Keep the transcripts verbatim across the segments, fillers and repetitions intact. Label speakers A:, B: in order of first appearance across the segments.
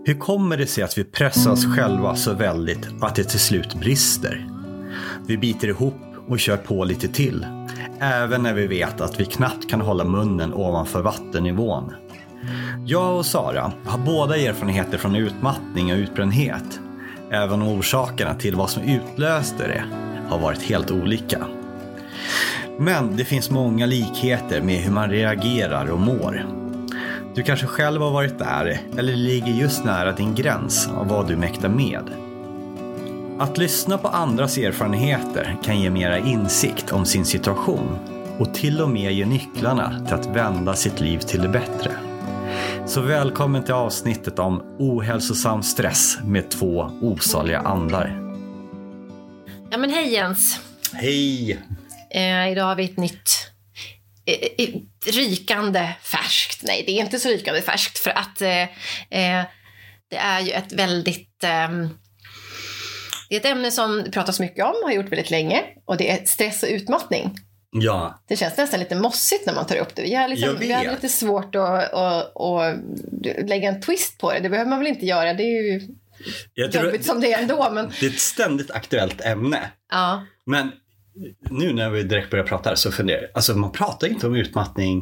A: Hur kommer det sig att vi pressar oss själva så väldigt att det till slut brister? Vi biter ihop och kör på lite till, även när vi vet att vi knappt kan hålla munnen ovanför vattennivån. Jag och Sara har båda erfarenheter från utmattning och utbrändhet, även om orsakerna till vad som utlöste det har varit helt olika. Men det finns många likheter med hur man reagerar och mår. Du kanske själv har varit där eller ligger just nära din gräns av vad du mäktar med. Att lyssna på andras erfarenheter kan ge mera insikt om sin situation och till och med ge nycklarna till att vända sitt liv till det bättre. Så välkommen till avsnittet om ohälsosam stress med två osaliga andar.
B: Ja men hej Jens.
A: Hej!
B: Eh, idag har vi ett nytt eh, rykande färskt. Nej, det är inte så rykande färskt för att eh, eh, det är ju ett väldigt... Eh, det är ett ämne som det pratas mycket om, har gjort väldigt länge. Och det är stress och utmattning.
A: Ja.
B: Det känns nästan lite mossigt när man tar upp det. Vi har, liksom, vi har lite svårt att, att, att lägga en twist på det. Det behöver man väl inte göra. Det är ju
A: Jag tror
B: jobbigt som det är ändå. Men...
A: Det är ett ständigt aktuellt ämne.
B: Ja.
A: Men nu när vi direkt börjar prata här så funderar jag. Alltså man pratar inte om utmattning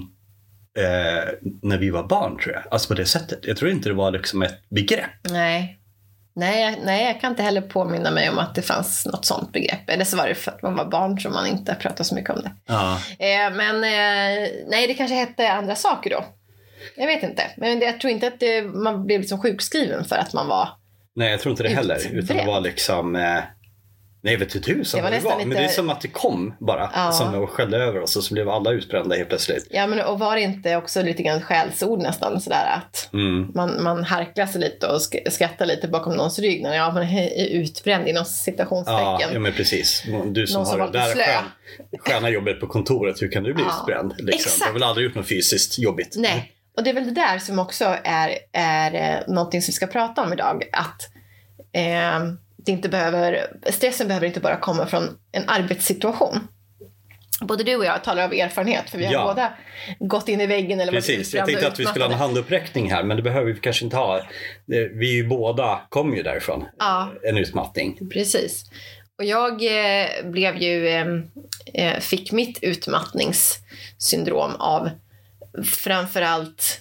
A: eh, när vi var barn, tror jag. Alltså på det sättet. Jag tror inte det var liksom ett begrepp.
B: Nej. Nej, jag, nej, jag kan inte heller påminna mig om att det fanns något sånt begrepp. Eller så var det för att man var barn som man inte pratade så mycket om det.
A: Ja.
B: Eh, men eh, nej, det kanske hette andra saker då. Jag vet inte. Men det, jag tror inte att det, man blev liksom sjukskriven för att man var...
A: Nej, jag tror inte det heller.
B: utbränd.
A: Utan det var liksom... Eh, nej, vet du tusan vad det var. Lite... Men det är som att det kom bara. Ja. Som skällde över oss och så blev alla utbrända helt plötsligt.
B: Ja, men och var det inte också lite grann skällsord nästan sådär att
A: mm.
B: man, man harklar sig lite och skrattar lite bakom någons rygg när ja, man är utbränd inom citationstecken.
A: Ja, ja, men precis. Du som,
B: som
A: har det där skön, sköna jobbet på kontoret, hur kan du bli ja. utbränd? Liksom. Du har väl aldrig gjort något fysiskt jobbigt?
B: Nej, och det är väl det där som också är, är någonting som vi ska prata om idag. Att eh, det inte behöver, stressen behöver inte bara komma från en arbetssituation. Både du och jag talar av erfarenhet, för vi har ja. båda gått in i väggen. Eller
A: precis, jag tänkte att vi skulle ha en handuppräckning här, men det behöver vi kanske inte ha. Vi ju båda kom ju därifrån, ja. en utmattning.
B: Precis. Och jag eh, blev ju, eh, fick mitt utmattningssyndrom av framförallt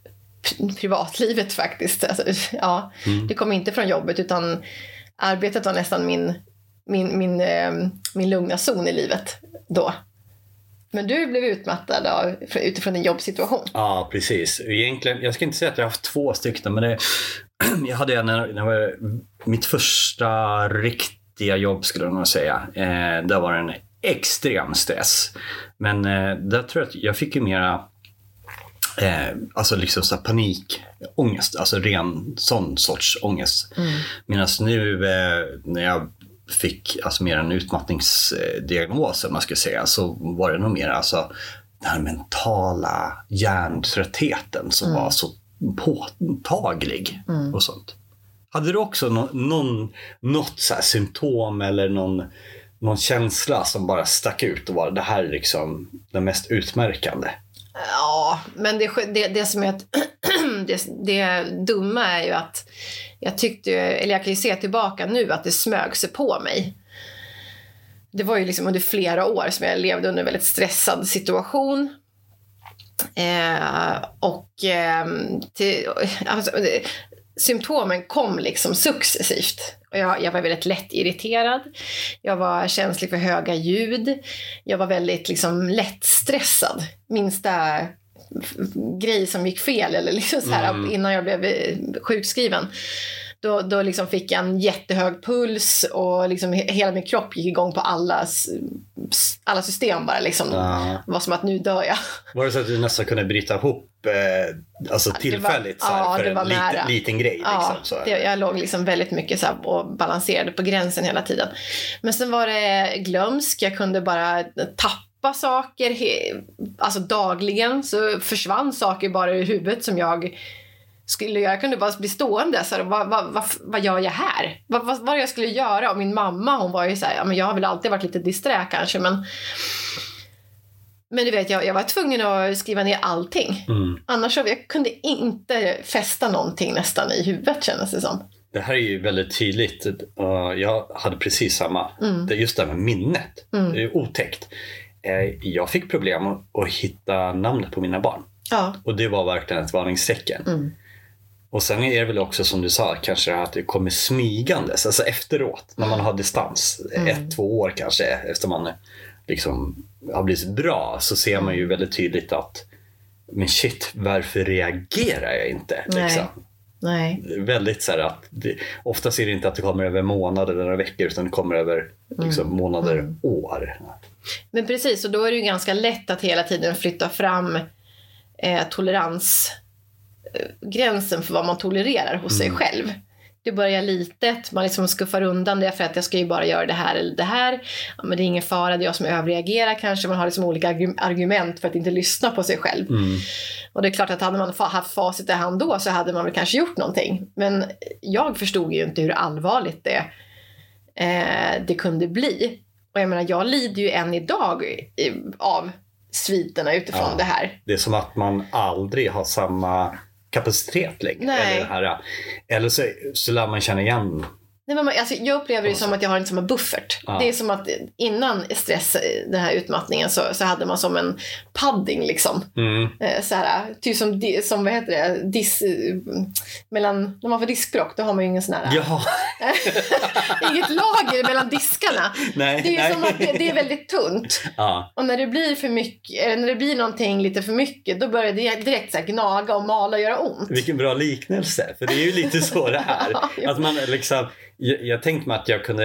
B: privatlivet faktiskt. Alltså, ja, mm. Det kom inte från jobbet utan arbetet var nästan min, min, min, eh, min lugna zon i livet då. Men du blev utmattad av, utifrån din jobbsituation.
A: Ja, precis. Egentligen, jag ska inte säga att jag har haft två stycken, men det, jag hade en, när det var mitt första riktiga jobb skulle jag nog säga. Eh, där var det en extrem stress. Men eh, där tror jag att jag fick ju mera Eh, alltså liksom så här panik, ångest, alltså ren sån sorts ångest. Mm. Medan nu eh, när jag fick alltså mer en utmattningsdiagnos, om man ska säga, så var det nog mer alltså den här mentala hjärntröttheten som mm. var så påtaglig mm. och sånt. Hade du också no- någon, något så här symptom eller någon, någon känsla som bara stack ut och var det här är liksom det mest utmärkande?
B: Ja, men det, det, det som är att det, det dumma är ju att jag tyckte, eller jag kan ju se tillbaka nu att det smög sig på mig. Det var ju liksom under flera år som jag levde under en väldigt stressad situation. Eh, och eh, till, alltså, symptomen kom liksom successivt. Och jag, jag var väldigt lätt irriterad. Jag var känslig för höga ljud. Jag var väldigt liksom lätt stressad. Minsta f- grej som gick fel eller liksom så här, mm. innan jag blev sjukskriven. Då, då liksom fick jag en jättehög puls och liksom hela min kropp gick igång på alla, alla system bara liksom. Ja. Det var som att nu dör jag.
A: Var det så att du nästan kunde bryta ihop eh, alltså tillfälligt var, så här,
B: ja,
A: för en liten, liten grej?
B: Ja,
A: liksom, så.
B: Det, jag låg liksom väldigt mycket så här och balanserade på gränsen hela tiden. Men sen var det glömsk. Jag kunde bara tappa saker he- alltså dagligen så försvann saker bara i huvudet som jag skulle göra. Jag kunde bara bli stående så här, vad, vad, vad, vad gör jag här? Vad, vad, vad jag skulle göra? Och min mamma, hon var ju så här, ja, men jag har väl alltid varit lite disträ kanske, men Men du vet, jag, jag var tvungen att skriva ner allting.
A: Mm.
B: Annars så jag kunde inte fästa någonting nästan i huvudet, kändes det som.
A: Det här är ju väldigt tydligt. Jag hade precis samma.
B: Mm.
A: Det är just det här med minnet.
B: Mm.
A: Det är otäckt. Jag fick problem att hitta namnet på mina barn.
B: Ja.
A: Och det var verkligen ett varningstecken.
B: Mm.
A: Och sen är det väl också som du sa, kanske att det kommer smygandes. Alltså efteråt, när man har distans. Mm. Ett, två år kanske efter man liksom har blivit bra. Så ser man ju väldigt tydligt att men shit, varför reagerar jag inte?
B: Nej.
A: Liksom.
B: Nej.
A: Väldigt så här att det, oftast är det inte att det kommer över månader eller veckor, utan det kommer över liksom,
B: Mm.
A: månader,
B: Mm.
A: år.
B: Men precis, och då är det ju ganska lätt att hela tiden flytta fram eh, toleransgränsen för vad man tolererar hos sig
A: Mm.
B: själv. Det börjar litet, man liksom skuffar undan det för att jag ska ju bara göra det här eller det här. Ja, men det är ingen fara, det är jag som överreagerar kanske. Man har liksom olika argument för att inte lyssna på sig själv.
A: Mm.
B: Och det är klart att hade man haft facit i hand då så hade man väl kanske gjort någonting. Men jag förstod ju inte hur allvarligt det, eh, det kunde bli. Och jag menar, jag lider ju än idag i, av sviterna utifrån
A: Ja.
B: det här.
A: Det är som att man aldrig har samma kapacitet längre.
B: Nej.
A: Eller, det här, eller så, så lär man känna igen.
B: Nej, men man, alltså, jag upplever det som att jag har en som en buffert.
A: Ja.
B: Det är som att innan stress, den här utmattningen, så, så hade man som en padding liksom.
A: Mm.
B: Eh, så här, typ som, di- som vad heter det, dis, eh, mellan, när man får diskbråck då har man ju ingen sån här,
A: Ja.
B: inget lager mellan diskarna.
A: Nej,
B: Det är ju
A: nej.
B: som att det, det är väldigt tunt.
A: Ja.
B: Och när det blir för mycket, eller när det blir någonting lite för mycket, då börjar det direkt så här gnaga och mala och göra ont.
A: Vilken bra liknelse. För det är ju lite så det här.
B: Ja.
A: Att man liksom, jag, jag tänkte mig att jag kunde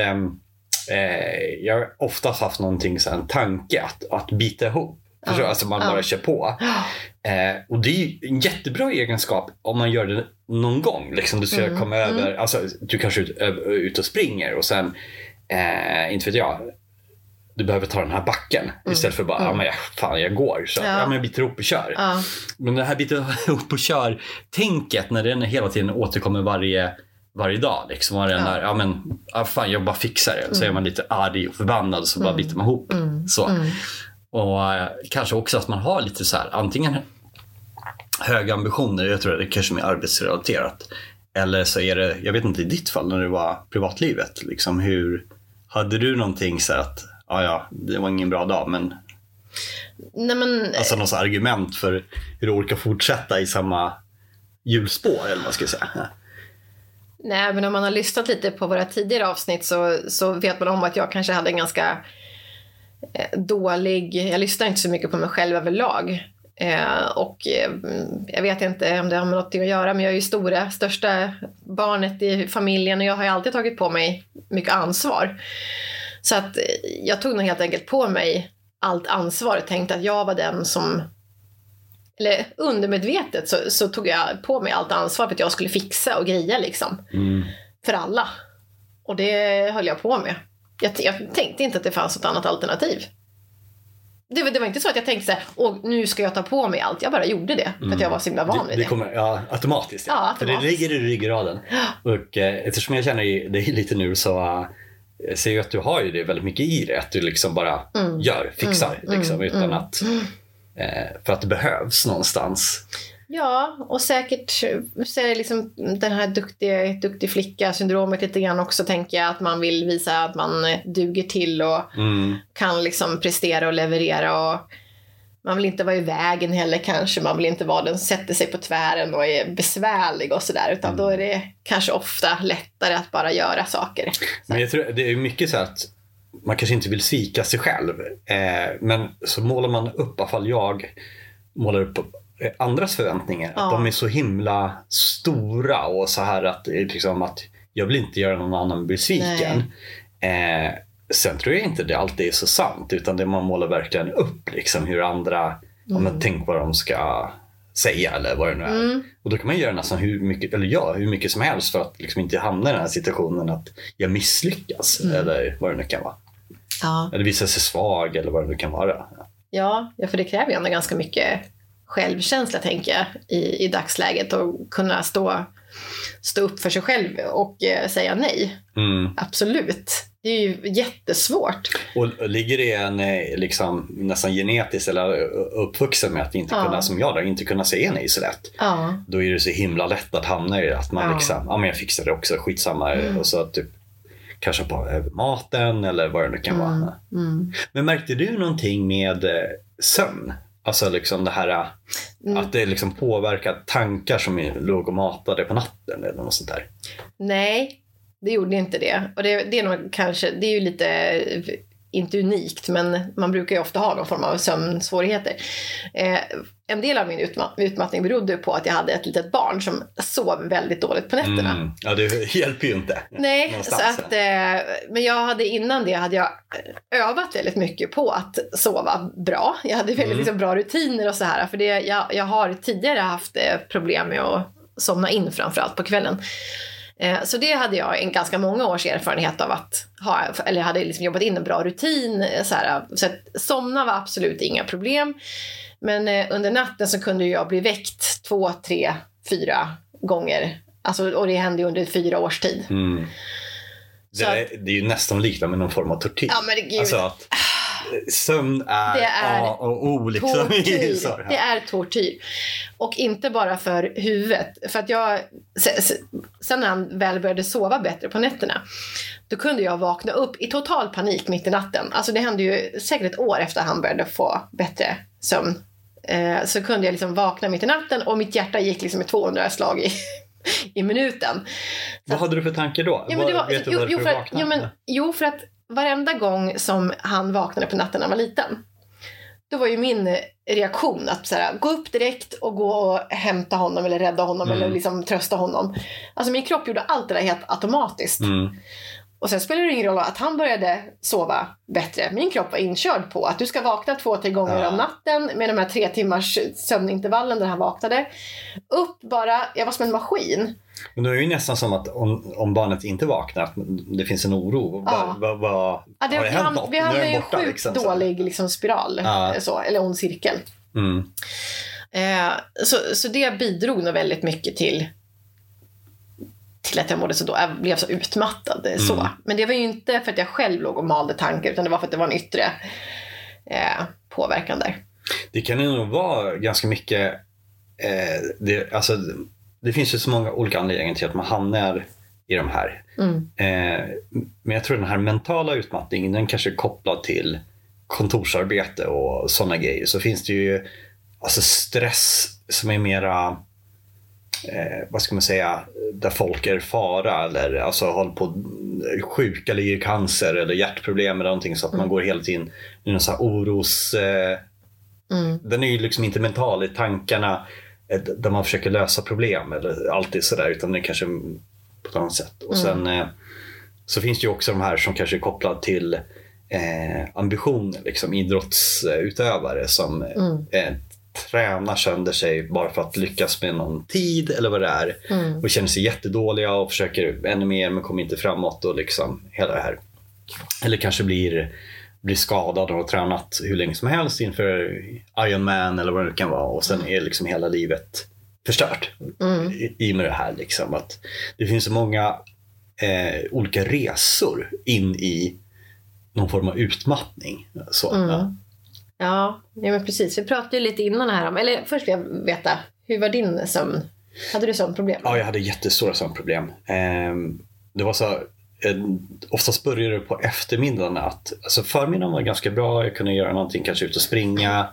A: eh, jag har oftast haft någonting så här, en tanke att, att bita ihop. Förstår?
B: Ja.
A: Alltså man
B: Ja.
A: bara kör på. Eh, och det är ju en jättebra egenskap om man gör det någon gång. Liksom du ska
B: Mm.
A: komma över, alltså du kanske är ut, ö- ut och springer och sen, eh, inte vet jag, du behöver ta den här backen
B: Mm.
A: istället för bara,
B: Mm.
A: ja men jag, fan jag går. Så,
B: Ja.
A: ja. men jag biter ihop och kör.
B: Ja.
A: Men det här biter ihop och kör tänket när den hela tiden återkommer varje varje dag liksom, var den
B: Ja.
A: där, ja men ja, fan jag bara fixar det, så är man lite arg och förbannad så bara
B: Mm.
A: biter man ihop
B: Mm.
A: så.
B: Mm.
A: Och eh, kanske också att man har lite så här, antingen höga ambitioner, jag tror det kanske är arbetsrelaterat, eller så är det, jag vet inte i ditt fall när det var privatlivet liksom, hur hade du någonting så här att ja ja, det var ingen bra dag, men
B: Nej, men,
A: alltså något så argument för hur du orkar fortsätta i samma hjulspår eller vad man ska säga.
B: nej, men om man har lyssnat lite på våra tidigare avsnitt så, så vet man om att jag kanske hade en ganska eh, dålig, jag lyssnar inte så mycket på mig själv överlag. Eh, och eh, jag vet inte om det har med något att göra, men jag är ju stora, största barnet i familjen och jag har ju alltid tagit på mig mycket ansvar. Så att eh, jag tog nog helt enkelt på mig allt ansvar och tänkte att jag var den som, eller undermedvetet så, så tog jag på mig allt ansvar för att jag skulle fixa och greja liksom.
A: Mm.
B: För alla. Och det höll jag på med. Jag, jag tänkte inte att det fanns något annat alternativ. Det var, det var inte så att jag tänkte så här, åh, nu ska jag ta på mig allt. Jag bara gjorde det för att jag var så himla van vid
A: det,
B: det.
A: det kommer, ja, automatiskt. Ja.
B: Ja,
A: För det
B: automatiskt.
A: ligger i ryggraden. Och eh, eftersom jag känner dig lite nu så uh, ser jag att du har ju det väldigt mycket i det. Att du liksom bara
B: Mm.
A: gör, fixar.
B: Mm,
A: Liksom,
B: mm,
A: utan
B: mm.
A: att, eh, för att det behövs någonstans.
B: Ja, och säkert så är det liksom den här duktig, duktig flicka-syndromet lite grann också, tänker jag, att man vill visa att man duger till och
A: Mm.
B: kan liksom prestera och leverera, och man vill inte vara i vägen heller kanske, man vill inte vara den som sätter sig på tvären och är besvärlig och sådär, utan
A: Mm.
B: då är det kanske ofta lättare att bara göra saker.
A: Men jag tror det är mycket så att man kanske inte vill svika sig själv. Eh, men så målar man upp, i alla fall jag målar upp eh, andras förväntningar.
B: Ja.
A: Att de är så himla stora och så här att, det är liksom att jag vill inte göra någon annan besviken. Eh, sen tror jag inte det alltid är så sant, utan det man målar verkligen upp liksom hur andra,
B: Mm.
A: om man tänker vad de ska säga eller vad det nu är.
B: Mm.
A: Och då kan man göra nästan hur mycket, eller ja, hur mycket som helst för att liksom inte hamna i den här situationen att jag misslyckas
B: Mm.
A: eller vad det nu kan vara.
B: Ja.
A: Eller visa sig svag eller vad det nu kan vara.
B: Ja, ja, för det kräver ju ändå ganska mycket självkänsla, tänker jag, i, i dagsläget, och kunna stå, stå upp för sig själv och eh, säga nej.
A: Mm.
B: Absolut. Det är ju jättesvårt.
A: Och ligger det en liksom, nästan genetiskt eller uppvuxen med att inte ja. kunna, som jag då, inte kunna säga nej så lätt.
B: Ja.
A: Då är det så himla lätt att hamna i det. Att man ja. liksom, ja men jag fixar det också, skitsamma. Mm. Och så typ kanske på maten eller vad det nu kan
B: mm.
A: vara.
B: Mm.
A: Men märkte du någonting med sömn? Alltså liksom det här mm. att det liksom påverkar tankar som är låg och matade på natten eller något sånt där?
B: Nej, det gjorde inte det. Och det, det är nog kanske, det är ju lite, inte unikt, men man brukar ju ofta ha någon form av sömnsvårigheter. Eh, en del av min utma- utmattning berodde på att jag hade ett litet barn som sov väldigt dåligt på nätterna.
A: Mm. Ja, det hjälper ju inte.
B: Nej, så att, eh, men jag hade innan det hade jag övat väldigt mycket på att sova bra. Jag hade väldigt mm. liksom, bra rutiner och så här. För det, jag, jag har tidigare haft eh, problem med att somna in framförallt på kvällen. Så det hade jag en ganska många års erfarenhet av att ha, eller hade liksom jobbat in en bra rutin. Så, här, så att somna var absolut inga problem. Men under natten så kunde jag bli väckt två, tre, fyra gånger. Alltså, och det hände under fyra års tid.
A: Mm. Det, är, att, det är ju nästan liknande med någon form av tortyr.
B: Ja, men gud.
A: Alltså att sömn är,
B: det är
A: A och O liksom.
B: Tortyr. Det är tortyr. Och inte bara för huvudet. För att jag, sen när han väl började sova bättre på nätterna, då kunde jag vakna upp i total panik mitt i natten. Alltså det hände ju säkert ett år efter att han började få bättre sömn. Eh, så kunde jag liksom vakna mitt i natten och mitt hjärta gick liksom med tvåhundra slag i, i minuten. Så
A: vad hade du för tanke då?
B: Ja, men det var,
A: vet du
B: jo,
A: varför
B: jo, för
A: du
B: att,
A: vaknade?
B: jo, men, jo, för att varenda gång som han vaknade på natten när han var liten, då var ju min reaktion att så här, gå upp direkt och gå och hämta honom eller rädda honom mm. eller liksom trösta honom. Alltså min kropp gjorde allt det där helt automatiskt.
A: Mm.
B: Och sen spelar det ingen roll att han började sova bättre. Min kropp var inkörd på att du ska vakna två, tre gånger ja. om natten med de här tre timmars sömnintervallen där han vaknade. Upp bara, jag var som en maskin.
A: Men det är ju nästan som att om, om barnet inte vaknar, att det finns en oro.
B: Ja.
A: Vad, vad,
B: ja, det,
A: har det
B: vi
A: hänt
B: ham-
A: något?
B: Vi hamnar i en sjukt
A: liksom,
B: dålig liksom, spiral, ja. så, eller ond cirkel.
A: Mm.
B: Eh, så, så det bidrog nog väldigt mycket till till att jag mådde så då, jag blev så utmattad mm. så. Men det var ju inte för att jag själv låg och malde tankar, utan det var för att det var en yttre eh, påverkan där.
A: Det kan ju nog vara ganska mycket eh, det, alltså, det finns ju så många olika anledningar till att man hamnar i de här.
B: Mm.
A: Eh, men jag tror den här mentala utmattningen, den kanske är kopplad till kontorsarbete och sådana grejer. Så finns det ju alltså stress som är mera Eh, vad ska man säga, där folk är fara eller alltså håller på sjuka eller ger cancer eller hjärtproblem eller någonting, så att mm. man går hela tiden i någon sån här oros eh, mm. den är ju liksom inte mental i tankarna eh, där man försöker lösa problem eller alltid sådär, utan det är kanske på ett annat sätt. Och sen mm. eh, så finns det ju också de här som kanske är kopplade till eh, ambitioner, liksom idrottsutövare som mm. eh, tränar sönder sig bara för att lyckas med någon tid eller vad det är mm. och känner sig jättedåliga och försöker ännu mer men kommer inte framåt och liksom hela det här. Eller kanske blir, blir skadad och har tränat hur länge som helst inför Ironman eller vad det kan vara, och sen är liksom hela livet förstört mm. i, i med det här liksom. Att det finns så många eh, olika resor in i någon form av utmattning så,
B: mm.
A: ja.
B: Ja, ja, men precis. Vi pratade ju lite innan här om, eller först vill jag veta, hur var din sömn? Hade du sömnproblem?
A: Ja, jag hade jättestora sömnproblem. Eh, det var så, eh, oftast började det på eftermiddagen att, alltså förmiddagen var ganska bra, jag kunde göra någonting, kanske ut och springa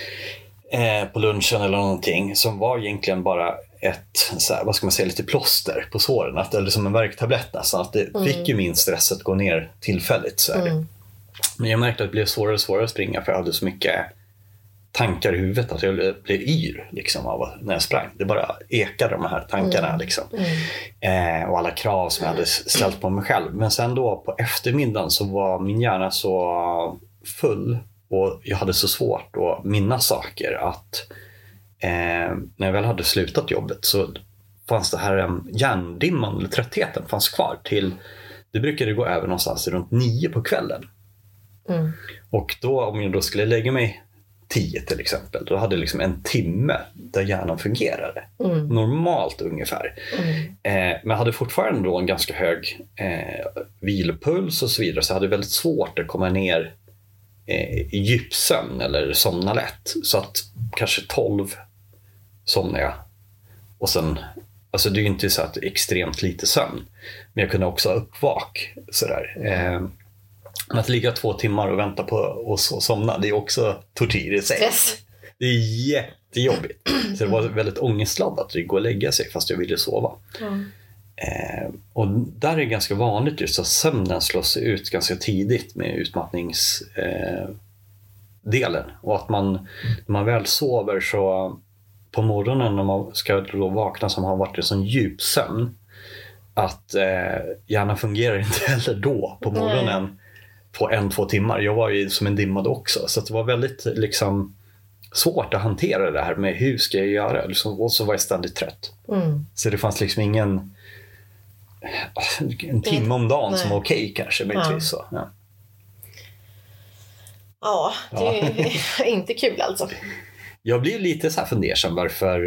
A: eh, på lunchen eller någonting, som var egentligen bara ett, så här, vad ska man säga, lite plåster på såren, att, eller som en värktablett nästan, att det mm. fick ju min stress att gå ner tillfälligt så här. Mm. Men jag märkte att det blev svårare och svårare att springa, för jag hade så mycket tankar i huvudet att jag blev yr liksom, av när jag sprang. Det bara ekade de här tankarna mm. liksom. Mm. Eh, och alla krav som jag hade ställt på mig själv. Men sen då på eftermiddagen så var min hjärna så full och jag hade så svårt att minnas saker att eh, när jag väl hade slutat jobbet så fanns det här um, hjärndimman eller tröttheten fanns kvar till, det brukade gå över någonstans runt nio på kvällen. Mm. Och då, om jag då skulle lägga mig tio till exempel. Då hade liksom en timme där hjärnan fungerade. Mm. Normalt ungefär. Mm. Eh, men hade fortfarande då en ganska hög eh, vilopuls och så vidare. Så hade väldigt svårt att komma ner eh, i djupsömn eller somna lätt. Så att kanske tolv somnade jag. Och sen, alltså det är ju inte så att extremt lite sömn. Men jag kunde också ha uppvak sådär. Eh, Men att ligga två timmar och vänta på att somna, det är också tortyr i sig.
B: Yes.
A: Det är jättejobbigt. Så det var väldigt ångestladdat att gå och lägga sig fast jag ville sova. Mm. Eh, och där är det ganska vanligt just att sömnen slås ut ganska tidigt med utmattningsdelen. Eh, och att man, när man väl sover så på morgonen när man ska då vakna som har varit i sån djup sömn, att eh, hjärnan fungerar inte heller då på morgonen. Nej. På en, två timmar. Jag var ju som en dimma då också. Så det var väldigt liksom svårt att hantera det här med hur ska jag göra. Och så var jag ständigt trött. Mm. Så det fanns liksom ingen en timme om dagen Nej. Som var okej okay, kanske. Ja. Så, ja.
B: ja, det är ja. Inte kul alltså.
A: Jag blir lite så här fundersam varför,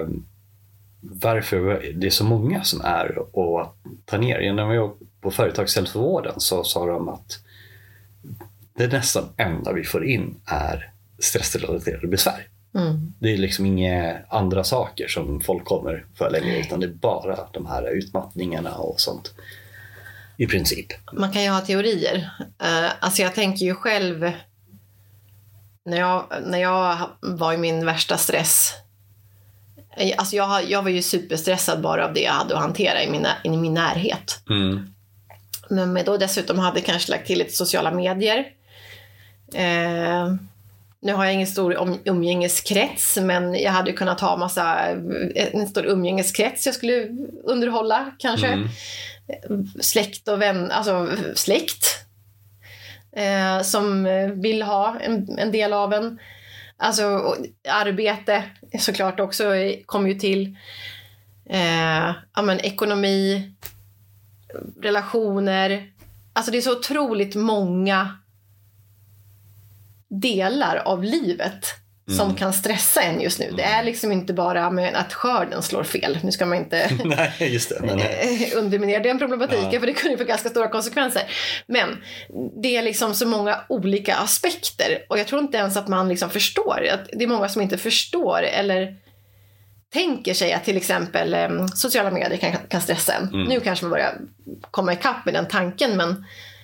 A: varför det är så många som är och tar ner. När vi var på företagshälsovården så sa de att det nästan enda vi får in är stressrelaterade besvär. Mm. Det är liksom inga andra saker som folk kommer för längre, utan det är bara de här utmattningarna och sånt. I princip.
B: Man kan ju ha teorier. Uh, alltså jag tänker ju själv när jag, när jag var i min värsta stress. Alltså jag, jag var ju superstressad bara av det jag hade att hantera i min, i min närhet. Mm. Men med då dessutom hade kanske lagt till lite sociala medier. Eh, nu har jag ingen stor om, umgängeskrets, men jag hade ju kunnat ha massa, en stor umgängeskrets jag skulle underhålla kanske. Mm. Släkt och vän, alltså släkt eh, som vill ha en, en del av en. Alltså arbete såklart också kommer ju till. Eh, ja, men ekonomi, relationer. Alltså det är så otroligt många delar av livet mm. som kan stressa en just nu. Mm. Det är liksom inte bara med att skörden slår fel. Nu ska man inte
A: nej, just det, men
B: underminera den problematiken, ja. För det kunde ju få ganska stora konsekvenser. Men det är liksom så många olika aspekter. Och jag tror inte ens att man liksom förstår. Att det är många som inte förstår eller tänker sig att till exempel eh, sociala medier kan, kan stressa en. Mm. Nu kanske man börjar komma ikapp med den tanken, men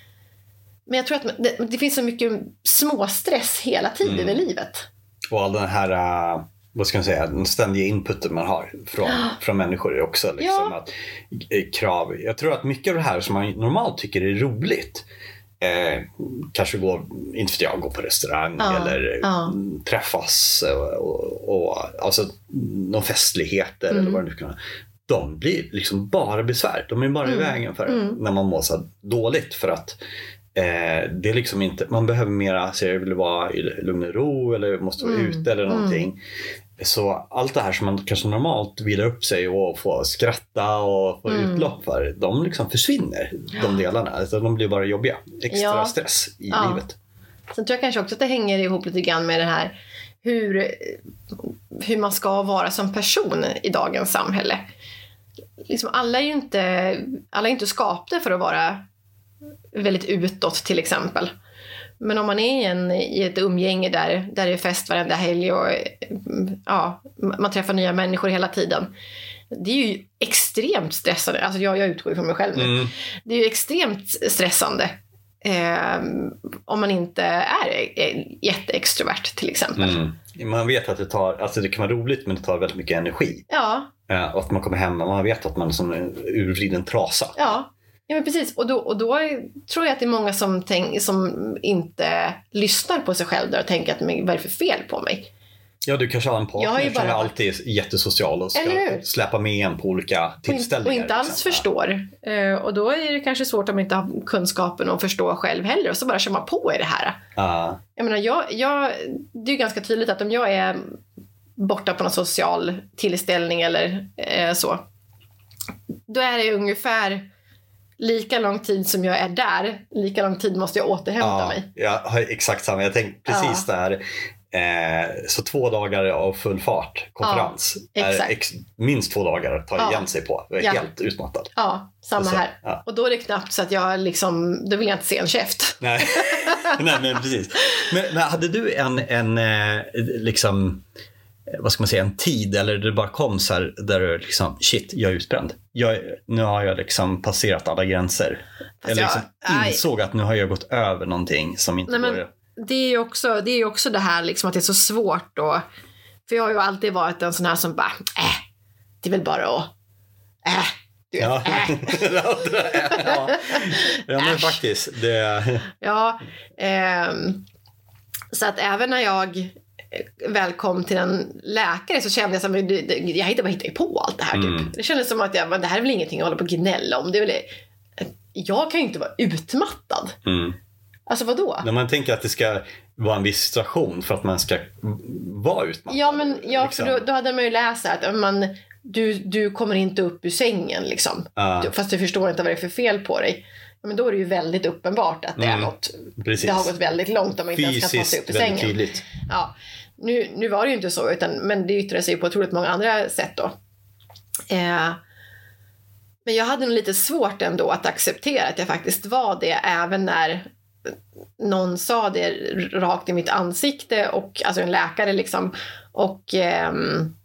B: Men jag tror att det, det finns så mycket småstress hela tiden mm. i livet.
A: Och all den här, uh, vad ska man säga, den ständiga inputen man har från, från människor är också liksom ja. Att, eh, krav. Jag tror att mycket av det här som man normalt tycker är roligt, eh, kanske går, inte för att jag går på restaurang ja. Eller ja. Träffas och, och, och alltså någon festligheter mm. eller vad det nu kan vara. De blir liksom bara besvär. De är bara mm. i vägen för mm. när man mår så dåligt, för att Eh, det är liksom inte, man behöver mera, så jag vill vara i lugn och ro eller måste vara mm. ute eller någonting. Mm. Så allt det här som man kanske normalt vilar upp sig och få skratta och få mm. utlopp för, de liksom försvinner, de delarna. Alltså de blir bara jobbiga. Extra ja. Stress i ja. Livet.
B: Sen tror jag kanske också att det hänger ihop lite grann med det här hur, hur man ska vara som person i dagens samhälle. Liksom alla är ju inte, alla är inte skapade för att vara väldigt utåt till exempel. Men om man är i, en, i ett umgänge där, där det är fest varenda helg och ja, man träffar nya människor hela tiden. Det är ju extremt stressande. Alltså jag, jag utgår från mig själv nu. Mm. Det är ju extremt stressande eh, om man inte är, är jätteextrovert till exempel.
A: Mm. Man vet att det tar, alltså det kan vara roligt men det tar väldigt mycket energi.
B: Ja.
A: Eh, och att man kommer hem och man vet att man är som en urvriden trasa.
B: Ja. Ja, men precis. Och då, och då tror jag att det är många som, tänk, som inte lyssnar på sig själv där och tänker att men, vad är det för fel på mig?
A: Ja, du kanske har en partner som bara... alltid är jättesocial och ska släppa med en på olika tillställningar.
B: Och inte alls liksom. Förstår. Och då är det kanske svårt om man inte har kunskapen att förstå själv heller. Och så bara kör man på i det här.
A: Uh.
B: Jag menar, jag, jag, det är ganska tydligt att om jag är borta på någon social tillställning eller eh, så, då är det ungefär lika lång tid som jag är där, lika lång tid måste jag återhämta
A: ja,
B: mig.
A: Jag har exakt samma. Jag tänkte precis ja. Där. Eh, så två dagar av full fart konferens
B: ja,
A: är ex- minst två dagar att ta
B: ja.
A: igen sig på. Jag är
B: ja.
A: helt utmattad.
B: Ja, samma
A: så,
B: här.
A: Ja.
B: Och då är det knappt så att jag liksom, då vill jag inte se en käft.
A: Nej, Nej men precis. Men, men hade du en, en liksom, vad ska man säga, en tid eller det bara kom så här där du liksom, shit, jag är utbränd. Jag, nu har jag liksom passerat alla gränser. Fast eller liksom jag, insåg att nu har jag gått över någonting som inte
B: Nej,
A: går...
B: Men det är ju också det, är ju också det här liksom att det är så svårt då. För jag har ju alltid varit en sån här som bara, äh, det är väl bara att, äh, du vet,
A: ja.
B: äh.
A: ja. ja, men faktiskt. Det...
B: Ja, eh, så att även när jag väl kom till en läkare så kände jag som att jag hittade bara hittade på allt det här typ. Mm. Det kändes som att jag, men det här är väl ingenting att hålla på och gnälla om. Det är väl, jag kan ju inte vara utmattad.
A: Mm.
B: Alltså vadå?
A: När man tänker att det ska vara en viss situation för att man ska vara utmattad.
B: Ja, men ja,
A: liksom.
B: för då, då hade man ju läst att man, du, du kommer inte upp ur sängen liksom. Uh. Du, fast du förstår inte vad det är för fel på dig. Ja, men då är det ju väldigt uppenbart att det är mm. något.
A: Precis.
B: Det har gått väldigt långt om man inte ens kan ta sig upp ur sängen.
A: Tydligt.
B: Ja. Nu, nu var det ju inte så, utan, men det yttrar sig på otroligt många andra sätt då. Eh, men jag hade nog lite svårt ändå att acceptera att jag faktiskt var det, även när någon sa det rakt i mitt ansikte, och alltså en läkare liksom, och, eh,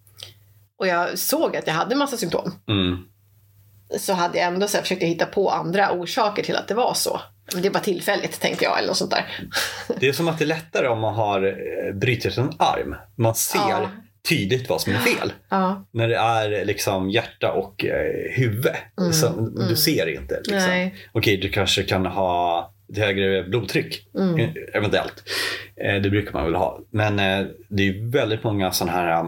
B: och jag såg att jag hade en massa symptom.
A: Mm.
B: Så hade jag ändå så här, försökt hitta på andra orsaker till att det var så. Men det var tillfälligt, tänkte jag, eller något sånt där. Det
A: är som att det är lättare om man har brutit en arm. Man ser ja. tydligt vad som är fel.
B: Ja.
A: När det är liksom hjärta och eh, huvud. Mm. Så, mm. Du ser inte. Liksom. Okej, du kanske kan ha ett högre blodtryck. Mm. Eventuellt. Eh, det brukar man väl ha. Men eh, det är väldigt många sådana här,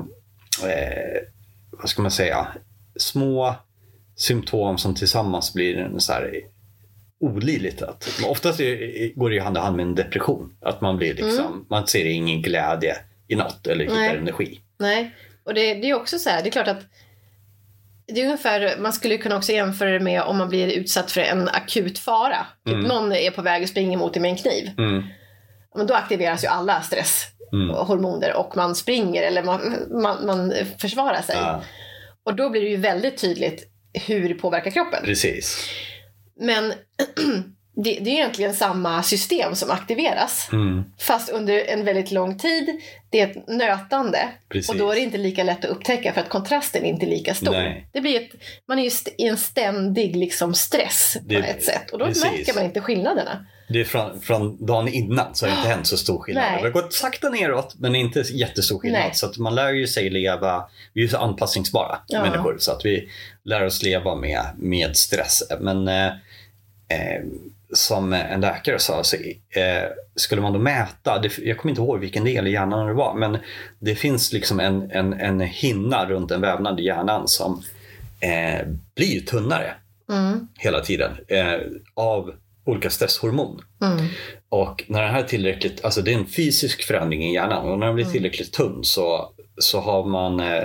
A: eh, vad ska man säga, små symptom som tillsammans blir en så här olidligt. Att, oftast är, går det ju hand i hand med en depression. Att man blir liksom, mm. man ser ingen glädje i något eller hittar
B: Nej.
A: energi.
B: Nej, och det, det är också så här, det är klart att det är ungefär, man skulle kunna också jämföra det med om man blir utsatt för en akut fara. Typ mm. någon är på väg att springa emot dig med en kniv.
A: Mm.
B: Men då aktiveras ju alla stresshormoner mm. och man springer eller man, man, man försvarar sig.
A: Ja.
B: Och då blir det ju väldigt tydligt hur det påverkar kroppen.
A: Precis.
B: Men det, det är egentligen samma system som aktiveras.
A: Mm.
B: Fast under en väldigt lång tid. Det är ett nötande.
A: Precis.
B: Och då är det inte lika lätt att upptäcka, för att kontrasten är inte lika stor.
A: Nej.
B: Det blir ett, man är ju st- i en ständig liksom stress på
A: det,
B: ett sätt. Och då
A: precis.
B: märker man inte skillnaderna.
A: Det är från, från dagen innan så har det inte hänt så stor skillnad.
B: Nej.
A: Det har gått sakta neråt, men inte jättestor skillnad.
B: Nej.
A: Så att man lär ju sig leva, vi är ju så anpassningsbara ja. människor. Så att vi lär oss leva med, med stress. Men eh, eh, som en läkare sa, så, eh, skulle man då mäta, det, jag kommer inte ihåg vilken del i hjärnan det var, men det finns liksom en, en, en hinna runt en vävnad i hjärnan som eh, blir tunnare
B: mm.
A: hela tiden eh, av olika stresshormon.
B: Mm.
A: Och när den här är tillräckligt, alltså det är en fysisk förändring i hjärnan, och när den blir tillräckligt tunn så, så har man eh,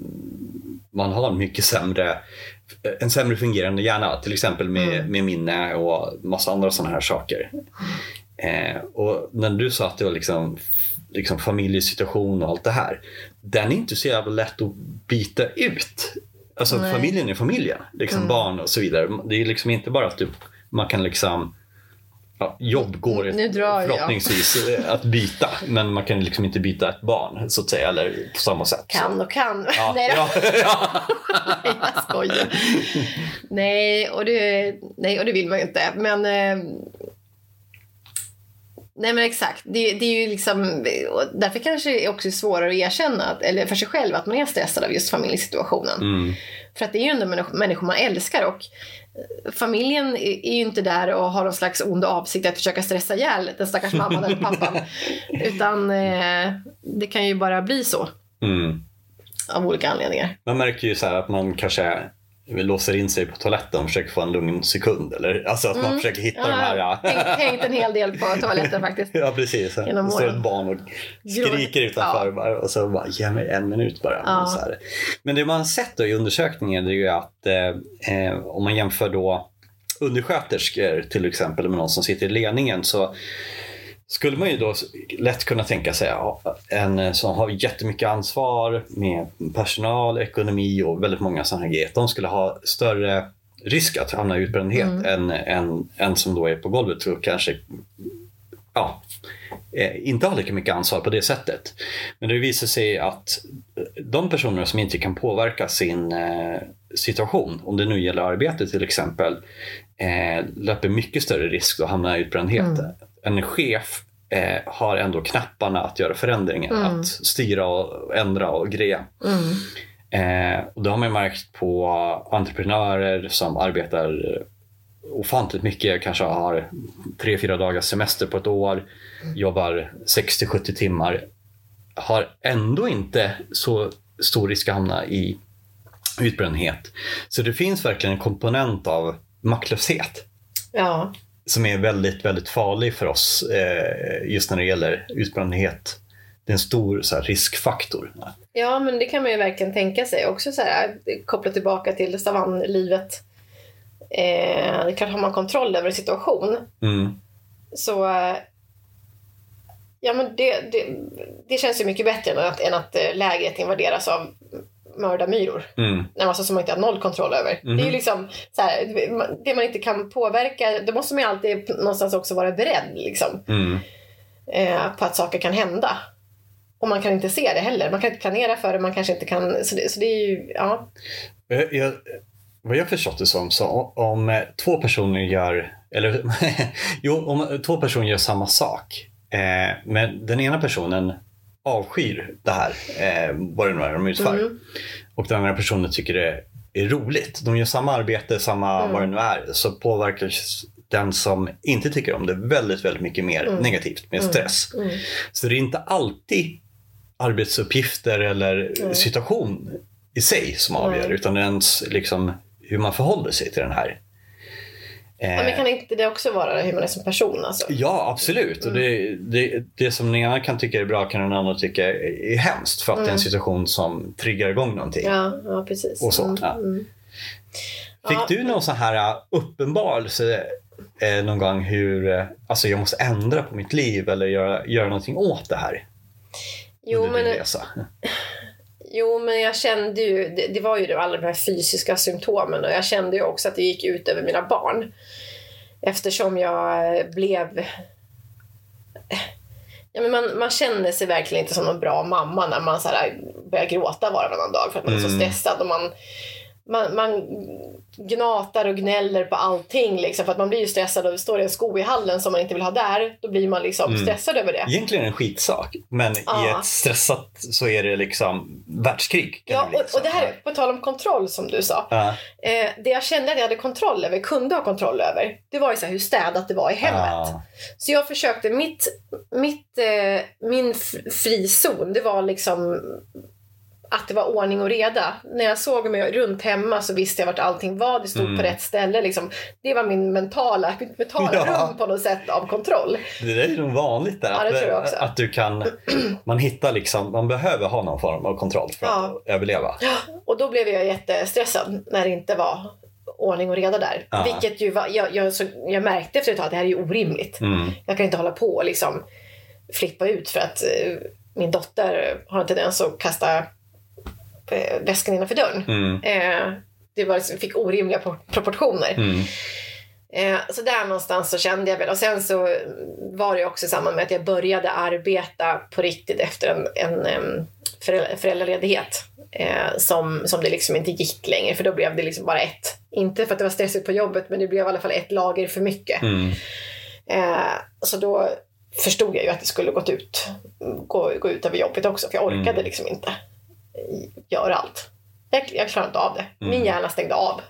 A: man har mycket sämre en sämre fungerande hjärna, till exempel med, mm. med minne och massa andra sådana här saker. Eh, och när du sa att det var liksom, liksom familjesituation och allt det här, den är inte så jävla lätt att byta ut. Alltså Nej. familjen är familjen, liksom mm. barn och så vidare. Det är liksom inte bara att du, man kan liksom ja, jobb går
B: nu drar
A: förhoppningsvis jag. att byta, men man kan liksom inte byta ett barn så att säga, eller på samma sätt.
B: Kan
A: så.
B: och kan.
A: Ja.
B: Nej,
A: ja. ja.
B: nej, jag skojar. nej, och det, nej, och det vill man ju inte. Men eh, nej, men exakt. Det, det är ju liksom, därför kanske det är också svårare att erkänna att, eller för sig själv, att man är stressad av just familjesituationen.
A: Mm.
B: För att det är ju ändå människor man älskar, och familjen är ju inte där och har någon slags ond avsikt att försöka stressa ihjäl den stackars mamman eller pappan. Utan eh, det kan ju bara bli så.
A: Mm.
B: Av olika anledningar.
A: Man märker ju så här att man kanske låser in sig på toaletten och försöker få en lugn sekund. Eller, alltså att mm. man försöker hitta
B: ja,
A: de här... Ja.
B: Hängt, hängt en hel del på toaletten faktiskt.
A: Ja, precis. Det står ett barn och skriker utanför ja. bara, och så bara, ge mig en minut bara.
B: Ja.
A: Så här. Men det man har sett då i undersökningen är ju att eh, om man jämför då undersköterskor till exempel med någon som sitter i ledningen, så, skulle man ju då lätt kunna tänka sig ja, en som har jättemycket ansvar med personal, ekonomi och väldigt många sådana här grejer. De skulle ha större risk att hamna i utbrändhet mm. än en, en som då är på golvet och kanske ja, inte har lika mycket ansvar på det sättet. Men det visar sig att de personer som inte kan påverka sin eh, situation, om det nu gäller arbete till exempel, eh, löper mycket större risk att hamna i utbrändhet. Mm. En chef eh, har ändå knapparna att göra förändringar, mm. att styra och ändra och greja. Mm. Eh, och det har man märkt på entreprenörer som arbetar ofantligt mycket, kanske har tre, fyra dagars semester på ett år, jobbar sextio till sjuttio timmar, har ändå inte så stor risk att hamna i utbrändhet. Så det finns verkligen en komponent av maktlöshet. Ja. Som är väldigt, väldigt farlig för oss eh, just när det gäller utbrändhet. Det är en stor så här, riskfaktor.
B: Ja, men det kan man ju verkligen tänka sig. Också så här, koppla tillbaka till savannlivet. Eh, det kan ha man kontroll över situation. Mm. Så ja, men det, det, det känns ju mycket bättre än att, än att läget invaderas av mördarmyror. Mm. Alltså, som man inte har noll kontroll över. Mm. Det är ju liksom så här, det man inte kan påverka, då måste man ju alltid någonstans också vara beredd liksom, mm. eh, på att saker kan hända. Och man kan inte se det heller. Man kan inte planera för det, man kanske inte kan, så det, så det är ju, ja.
A: Jag, jag, vad jag förstått det som, så om, om två personer gör, eller jo, om två personer gör samma sak, eh, men den ena personen avskyr det här, eh, vad det nu är de utför. Mm. Och den andra personen tycker det är roligt. De gör samma arbete, samma mm. vad det nu är, så påverkar den som inte tycker om det väldigt, väldigt mycket mer mm. negativt, med stress. Mm. Mm. Så det är inte alltid arbetsuppgifter eller mm. situation i sig som avgör, mm. utan ens liksom hur man förhåller sig till den här.
B: Ja, men kan inte det också vara hur man är som person? Alltså?
A: Ja, absolut. Mm. Och det, det, det som den ena kan tycka är bra kan den andra tycka är hemskt, för att mm. det är en situation som triggar igång någonting.
B: Ja, ja precis.
A: Och så, mm. Ja. Mm. Fick ja. du någon så här uppenbarelse eh, någon gång hur alltså jag måste ändra på mitt liv eller göra, göra någonting åt det här?
B: Jo, men... Resa? Jo, men jag kände ju, det, det var ju alla de här fysiska symptomen, och jag kände ju också att det gick ut över mina barn. Eftersom jag blev... Ja, men man, man känner sig verkligen inte som en bra mamma när man så här börjar gråta varannan dag för att man är så stressad, och man... Man, man gnatar och gnäller på allting liksom, för att man blir ju stressad och det står en sko i hallen som man inte vill ha där, då blir man liksom mm. stressad över det.
A: Egentligen en skitsak, men ja. i ett stressat så är det liksom världskrig.
B: Ja, och, och det här på tal om kontroll som du sa. Ja. Eh, det jag kände att jag hade kontroll över, kunde ha kontroll över, det var ju så här hur städat det var i hemmet. Ja. Så jag försökte, mitt, mitt, eh, min frizon, det var liksom att det var ordning och reda. När jag såg mig runt hemma så visste jag vart allting var. Det stod mm. på rätt ställe. Liksom. Det var min mentala, mitt mentala ja. rum på något sätt av kontroll.
A: Det där är nog vanligt där. Ja, att, att du kan, man hittar liksom, man behöver ha någon form av kontroll för ja. att överleva.
B: Ja, och då blev jag jättestressad när det inte var ordning och reda där. Ja. Vilket ju var, jag, jag, så, jag märkte efter ett tag att det här är ju orimligt. Mm. Jag kan inte hålla på och liksom flippa ut för att uh, min dotter har en tendens att kasta väskan innanför dörren. Mm. Eh, det var, fick orimliga proportioner. Mm. Eh, så där någonstans så kände jag väl. Och sen så var det också samma med att jag började arbeta på riktigt efter en, en, en föräldraledighet. Eh, som, som det liksom inte gick längre. För då blev det liksom bara ett. Inte för att det var stressigt på jobbet, men det blev i alla fall ett lager för mycket. Mm. Eh, så då förstod jag ju att det skulle gått ut, gå, gå ut över jobbet också. För jag orkade mm. liksom inte göra allt. Jag, jag klarade inte av det. Min mm. hjärna stängde av.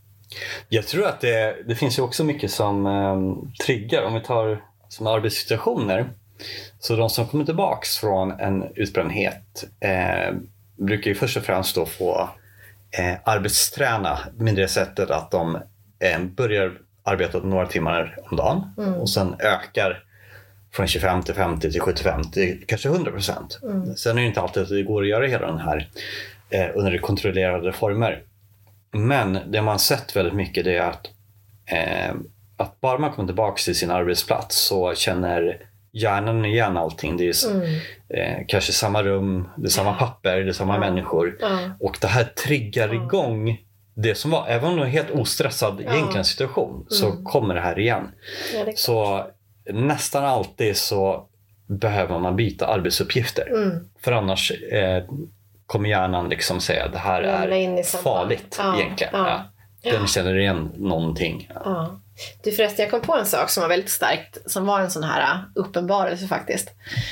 A: Jag tror att det, det finns ju också mycket som eh, triggar. Om vi tar som arbetssituationer. Så de som kommer tillbaks från en utbrändhet eh, brukar ju först och främst då få eh, arbetsträna med det sättet att de eh, börjar arbeta några timmar om dagen mm. och sen ökar från tjugofem till femtio till sjuttiofem till kanske hundra procent. Mm. Sen är det inte alltid att det går att göra hela den här eh, under kontrollerade former. Men det man sett väldigt mycket det är att, eh, att bara man kommer tillbaka till sin arbetsplats så känner hjärnan igen allting. Det är ju, mm. eh, kanske samma rum, det är samma papper, det är samma ja. människor. Ja. Och det här triggar ja. igång det som var, även om det är en helt ostressad ja. egentligen situation, mm. så kommer det här igen. Ja, det så nästan alltid så behöver man byta arbetsuppgifter. Mm. För annars eh, kommer hjärnan liksom säga det här är farligt ja. egentligen. Ja. Ja. Den känner igen någonting. Ja.
B: Ja. Du förresten, jag kom på en sak som var väldigt starkt, som var en sån här uppenbarelse faktiskt.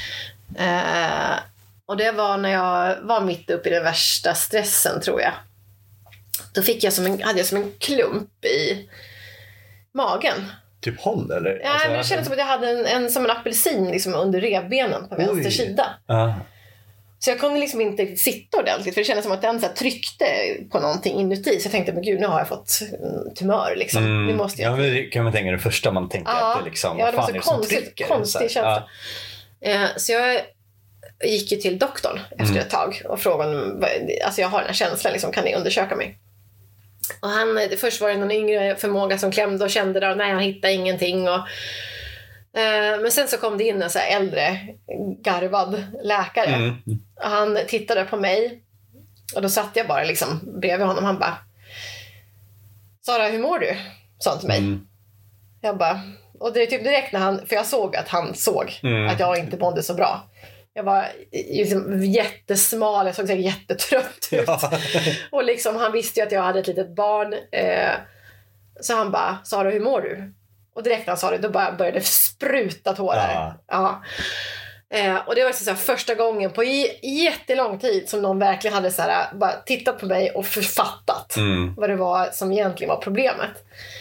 B: Eh, och det var när jag var mitt uppe i den värsta stressen, tror jag. Då fick jag som en, hade jag som en klump i magen.
A: Typ håll eller?
B: Ja, alltså, men det kändes som att jag hade en, en, som en apelsin liksom under revbenen på Oj. vänster sida. Uh. Så jag kunde liksom inte sitta ordentligt, för det kändes som att den så här tryckte på någonting inuti. Så jag tänkte, men gud, nu har jag fått tumör liksom.
A: Mm.
B: Nu måste jag...
A: Ja, men det kan man tänka det första man tänker
B: ja.
A: att det liksom,
B: ja,
A: vad
B: det var
A: fan är det
B: så konstigt,
A: som trycker?
B: konstig känsla. Ja. Eh, så jag gick ju till doktorn efter mm. ett tag och frågade, alltså jag har den här känslan, liksom, kan ni undersöka mig? Och han, först var det någon yngre förmåga som klämde och kände där, och nej, han hittade ingenting. Och, eh, men sen så kom det in en så här äldre, garvad läkare. Mm. Och han tittade på mig. Och då satt jag bara liksom bredvid honom. Han bara, Sara, hur mår du? Sa han till mig. Mm. Jag bara, och det är typ direkt när han, för jag såg att han såg mm. att jag inte mådde så bra. Jag var liksom jättesmal, jag såg så jättetrött ut. Ja. Och liksom, han visste ju att jag hade ett litet barn. Eh, så han bara, Sara, hur mår du? Och direkt när han sa det, då bara började det spruta tårar. Ja. Ja. Eh, och det var så här, första gången på j- jättelång tid som någon verkligen hade så här, bara tittat på mig och författat mm. vad det var som egentligen var problemet.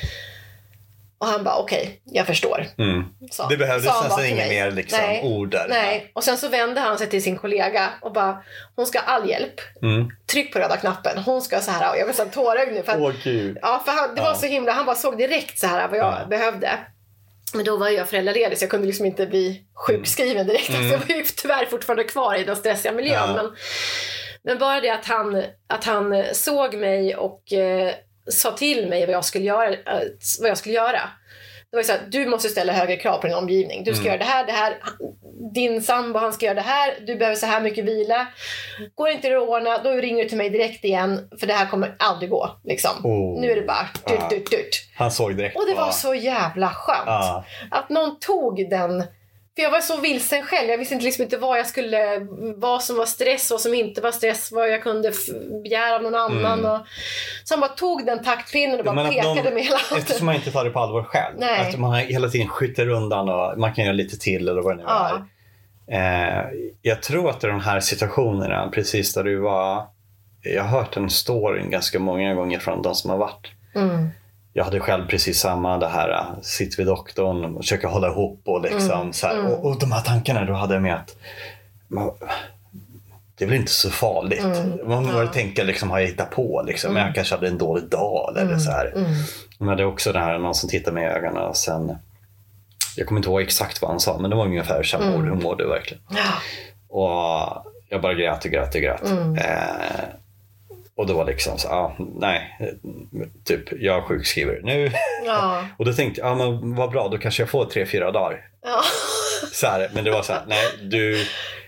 B: Och han bara, okej, okay, jag förstår. Mm.
A: Så, det behövdes nästan inga mer liksom,
B: nej,
A: ord där.
B: Nej, och sen så vände han sig till sin kollega och bara, hon ska ha all hjälp. Mm. Tryck på röda knappen. Hon ska så här, och jag var så tårögd nu. För att,
A: Åh, Gud.
B: Ja, för han, det var ja. så himla, han bara såg direkt så här vad jag ja. behövde. Men då var jag föräldraledig, så jag kunde liksom inte bli sjukskriven direkt. Mm. Alltså, jag var ju tyvärr fortfarande kvar i den stressiga miljön. Ja. Men, men bara det att han, att han såg mig och eh, sa till mig vad jag skulle göra, äh, vad jag skulle göra. Det var ju så här, du måste ställa högre krav på din omgivning. Du ska mm. göra det här, det här. Din sambo, han ska göra det här. Du behöver så här mycket vila. Går inte det att ordna, då ringer du till mig direkt igen. För det här kommer aldrig gå. Liksom. Oh. Nu är det bara dyrt,
A: ah.
B: dyrt, dyrt.
A: Han såg direkt.
B: Och det var så jävla skönt. Ah. Att någon tog den. För jag var så vilsen själv. Jag visste inte, liksom inte vad jag skulle, vad som var stress, vad som inte var stress, vad jag kunde begära av någon annan. Mm. Och, så han bara tog den taktpinnen och bara ja, pekade någon, med hela handen.
A: Eftersom man inte tar det på allvar själv.
B: Nej.
A: Att man hela tiden skjuter undan och man kan göra lite till eller vad det nu ja. är. Eh, jag tror att i de här situationerna, precis där du var, jag har hört en story ganska många gånger från de som har varit. Mm. Jag hade själv precis samma, det här, sitt vid doktorn och försöka hålla ihop och liksom mm, så här, mm. och, och de här tankarna du hade med att man, det är väl inte så farligt. Mm, man började ja. tänka liksom, har jag hittat på liksom, mm. men jag kanske hade en dålig dag eller mm, så här. Mm. Men det är också det här, någon som tittar med i ögonen och sen, jag kommer inte ihåg exakt vad han sa, men det var ungefär samma mm. ord, hur mår du verkligen? Ja. Och jag bara grät och grät och grät. Mm. Eh, Och det var liksom så, ah, nej, typ, jag sjukskriver nu. Ja. Och då tänkte jag, ja men vad bra, då kanske jag får tre, fyra dagar. Ja. Så här, men det var så här, nej, du,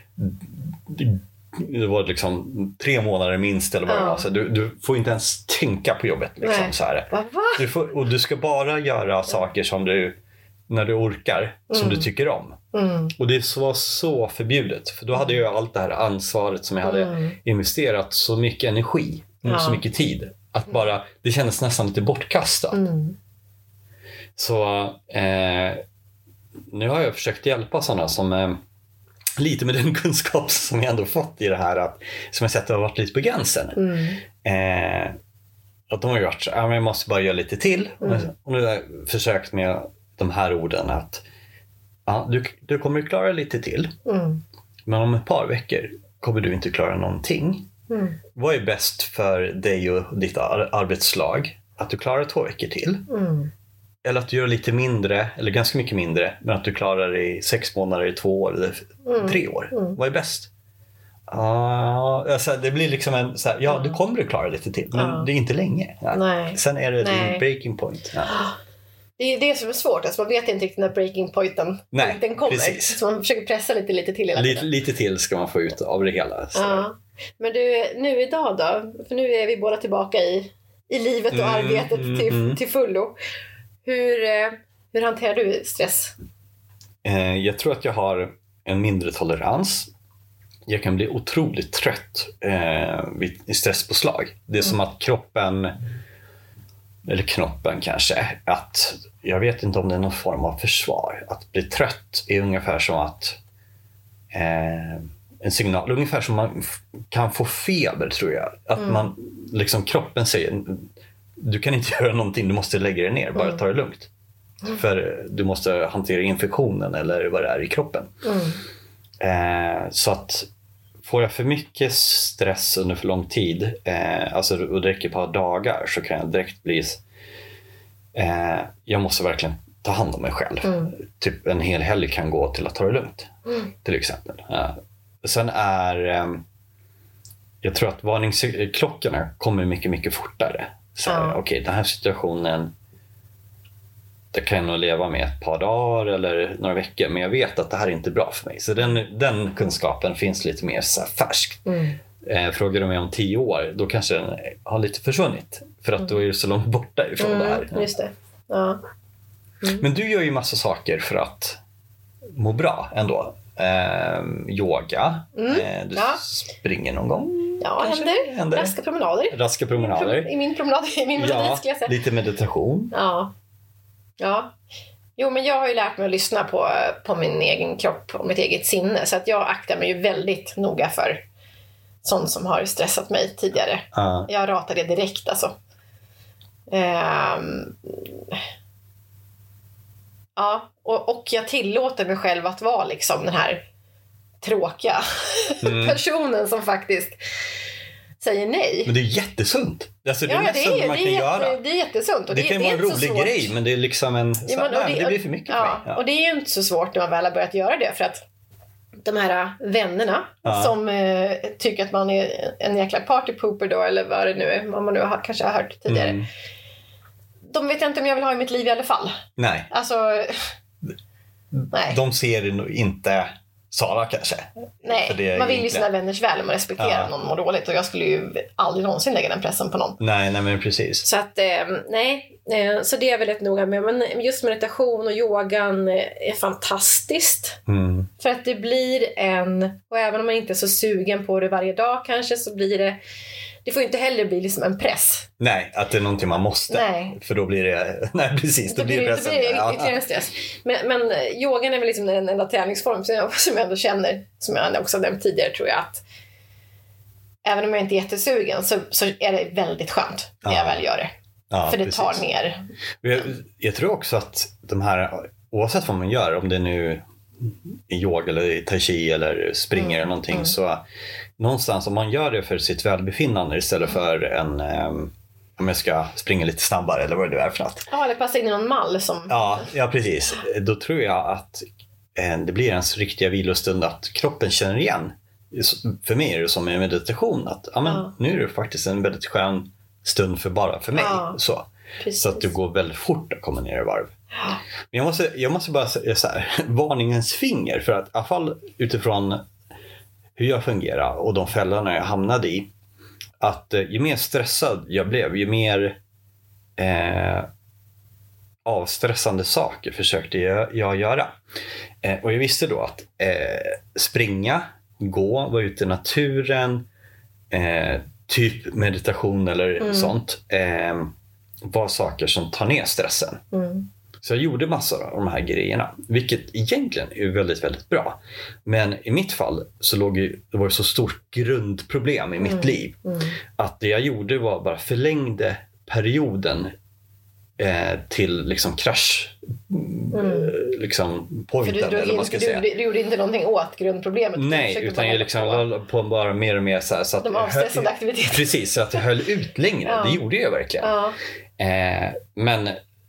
A: det var liksom tre månader minst eller vad det var. Så du, du får inte ens tänka på jobbet. Liksom, så här. Du får, och du ska bara göra saker som du, när du orkar, som mm. du tycker om. Mm. Och det var så förbjudet. För då hade jag allt det här ansvaret som jag hade mm. investerat så mycket energi och ja. så mycket tid. Att bara, det kändes nästan lite bortkastat. Mm. Så eh, nu har jag försökt hjälpa sådana som eh, lite med den kunskap som jag ändå fått i det här. Att, som jag sett har varit lite på gränsen. Mm. Eh, att de har gjort så, ja, jag måste bara göra lite till. Mm. Och nu har jag försökt med de här orden att ja, du, du kommer klara lite till. Mm. Men om ett par veckor kommer du inte klara någonting. Mm. Vad är bäst för dig och ditt ar- arbetslag? Att du klarar två veckor till. Mm. Eller att du gör lite mindre, eller ganska mycket mindre, men att du klarar det i sex månader, i två år eller mm. tre år. Mm. Vad är bäst? Uh, alltså, det blir liksom en så här, ja, du kommer att klara lite till, men uh. det är inte länge. Ja. Sen är det din breaking point. Ja.
B: Det är det som är svårt. Alltså man vet inte riktigt när breaking pointen
A: Nej,
B: den kommer.
A: precis.
B: Så man försöker pressa lite, lite till hela
A: lite,
B: tiden.
A: lite till ska man få ut av det hela. Så.
B: Ja. Men du, nu idag då? För nu är vi båda tillbaka i, i livet och
A: Mm,
B: arbetet
A: mm,
B: till,
A: mm.
B: till fullo. Hur, eh, hur hanterar du stress?
A: Eh, jag tror att jag har en mindre tolerans. Jag kan bli otroligt trött eh, vid stresspåslag. Det är mm. som att kroppen, eller knoppen kanske, att jag vet inte om det är någon form av försvar. Att bli trött är ungefär som att eh, en signal, ungefär som man f- kan få feber, tror jag. Att mm. man, liksom kroppen säger, du kan inte göra någonting, du måste lägga dig ner, bara mm. ta det lugnt. Mm. För du måste hantera infektionen eller vad det är i kroppen. Mm. Eh, så att får jag för mycket stress under för lång tid, eh, alltså och det räcker ett par dagar, så kan jag direkt bli eh, jag måste verkligen ta hand om mig själv. Mm. Typ en hel helg kan gå till att ta det lugnt. Mm. Till exempel. Eh, sen är eh, jag tror att varningsklockorna kommer mycket, mycket fortare. Så mm. okej, okay, den här situationen, det kan jag nog leva med ett par dagar eller några veckor, men jag vet att det här är inte bra för mig. Så den, den kunskapen finns lite mer så här färskt. Mm. Eh, frågar du mig om tio år, då kanske den har lite försvunnit. För att mm. då är det så långt borta ifrån
B: mm,
A: det här.
B: Just det. Ja. Mm.
A: Men du gör ju massa saker för att må bra ändå. Eh, yoga, mm. eh, du ja. springer någon gång.
B: Ja, händer. händer. Raska promenader.
A: Raska promenader.
B: I min promenad, i min melodi
A: ja,
B: skulle jag säga.
A: Lite meditation.
B: Ja. Ja. Jo, men jag har ju lärt mig att lyssna på, på min egen kropp och mitt eget sinne. Så att jag aktar mig ju väldigt noga för sånt som har stressat mig tidigare. Uh. Jag ratar det direkt alltså. Um, ja, och, och jag tillåter mig själv att vara liksom den här tråkiga mm. personen som faktiskt säger nej.
A: Men det är jättesunt. Alltså det
B: ja,
A: är
B: ja,
A: mest
B: det är,
A: man
B: det
A: kan
B: är
A: göra.
B: Jätte, det är jättesunt. Och
A: det,
B: det
A: kan
B: det
A: vara
B: är
A: en rolig grej, men det är liksom en... Så, ja, men, nej, det, det blir för mycket
B: ja,
A: för mig. Ja.
B: Och det är ju inte så svårt när man väl har börjat göra det. För att de här vännerna ja. som eh, tycker att man är en jäkla partypooper då, eller vad det nu är, vad man nu har, kanske har hört tidigare. Mm. De vet inte om jag vill ha i mitt liv i alla fall.
A: Nej.
B: Alltså... nej.
A: De ser nog inte... Sara kanske.
B: Nej, man vill ju sina vänners väl om man respekterar ja. någon mår dåligt. Och jag skulle ju aldrig någonsin lägga den pressen på någon.
A: Nej, nej men precis.
B: Så att, eh, nej. Eh, så det är väldigt noga med. Men just meditation och yogan är fantastiskt. Mm. För att det blir en... Och även om man inte är så sugen på det varje dag kanske, så blir det... Det får ju inte heller bli liksom en press.
A: Nej, att det är någonting man måste. Nej. För då blir det... Nej, precis. Då, då blir det pressen.
B: Det blir ytterligare en stress. Men, men yogan är väl liksom den enda träningsform som jag, som jag ändå känner, som jag också nämnt tidigare, tror jag att även om jag inte är jättesugen så, så är det väldigt skönt när ja. jag väl gör det. Ja, för det precis. tar ner.
A: Jag, jag tror också att de här, oavsett vad man gör, om det nu är yoga eller tai chi eller springer mm. eller någonting, mm. så någonstans om man gör det för sitt välbefinnande istället för en um, om jag ska springa lite snabbare eller vad det är för något.
B: Ja, eller passa in i någon mall som... Ja,
A: ja precis. Då tror jag att eh, det blir ens riktiga vilostund, att kroppen känner igen. För mig är det som en meditation, att ja, men, ja. nu är det faktiskt en väldigt skön stund för bara för mig. Ja, så. Så att det går väldigt fort att komma ner i varv. Ja. Men jag måste, jag måste bara säga så här, varningens finger, för att i alla fall utifrån hur jag fungerar och de fällorna jag hamnade i, att eh, ju mer stressad jag blev, ju mer eh, avstressande saker försökte jag, jag göra. Eh, och jag visste då att eh, springa, gå, vara ute i naturen, eh, typ meditation eller mm. sånt, eh, var saker som tar ner stressen. Mm. Så jag gjorde massor av de här grejerna, vilket egentligen är väldigt, väldigt bra. Men i mitt fall så låg ju, det var ju så stort grundproblem i mitt mm. liv. Mm. Att det jag gjorde var bara förlängde perioden eh, till liksom krasch mm. liksom pointen,
B: du, du,
A: eller vad man ska
B: du,
A: säga.
B: Du, du gjorde inte någonting åt grundproblemet?
A: Nej, utan jag liksom höll på bara mer och mer så här, så att
B: de avstressande aktiviteter.
A: Precis, så att jag höll ut längre. Ja. Det gjorde jag verkligen. Ja. Eh, men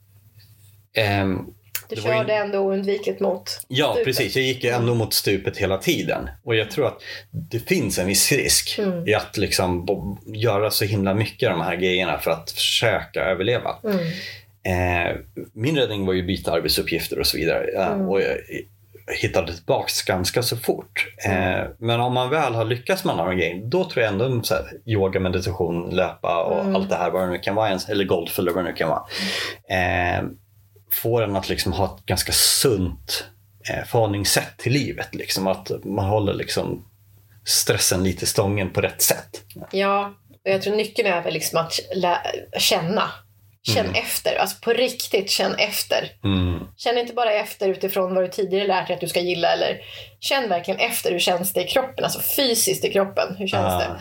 A: Um,
B: du körde in... ändå oundvikligt mot
A: Ja,
B: stupet.
A: Precis. Jag gick ändå mot stupet hela tiden. Och jag tror att det finns en viss risk mm. i att liksom bo- göra så himla mycket av de här grejerna för att försöka överleva. Mm. Eh, min räddning var ju byta arbetsuppgifter och så vidare. Mm. Och jag hittade tillbaks ganska så fort. Mm. Eh, men om man väl har lyckats med några grejer, då tror jag ändå så här, yoga, meditation, löpa och mm. allt det här, vad det nu kan vara, eller golf eller vad det nu kan vara. Eh, får en att liksom ha ett ganska sunt eh, förhållningssätt till livet. Liksom, att man håller liksom stressen lite stången på rätt sätt.
B: Ja, och jag tror nyckeln är väl liksom att lä- känna. Känn mm. efter, alltså på riktigt känn efter. Mm. Känn inte bara efter utifrån vad du tidigare lärt dig att du ska gilla, eller känn verkligen efter hur känns det i kroppen, alltså fysiskt i kroppen, hur känns ah. det?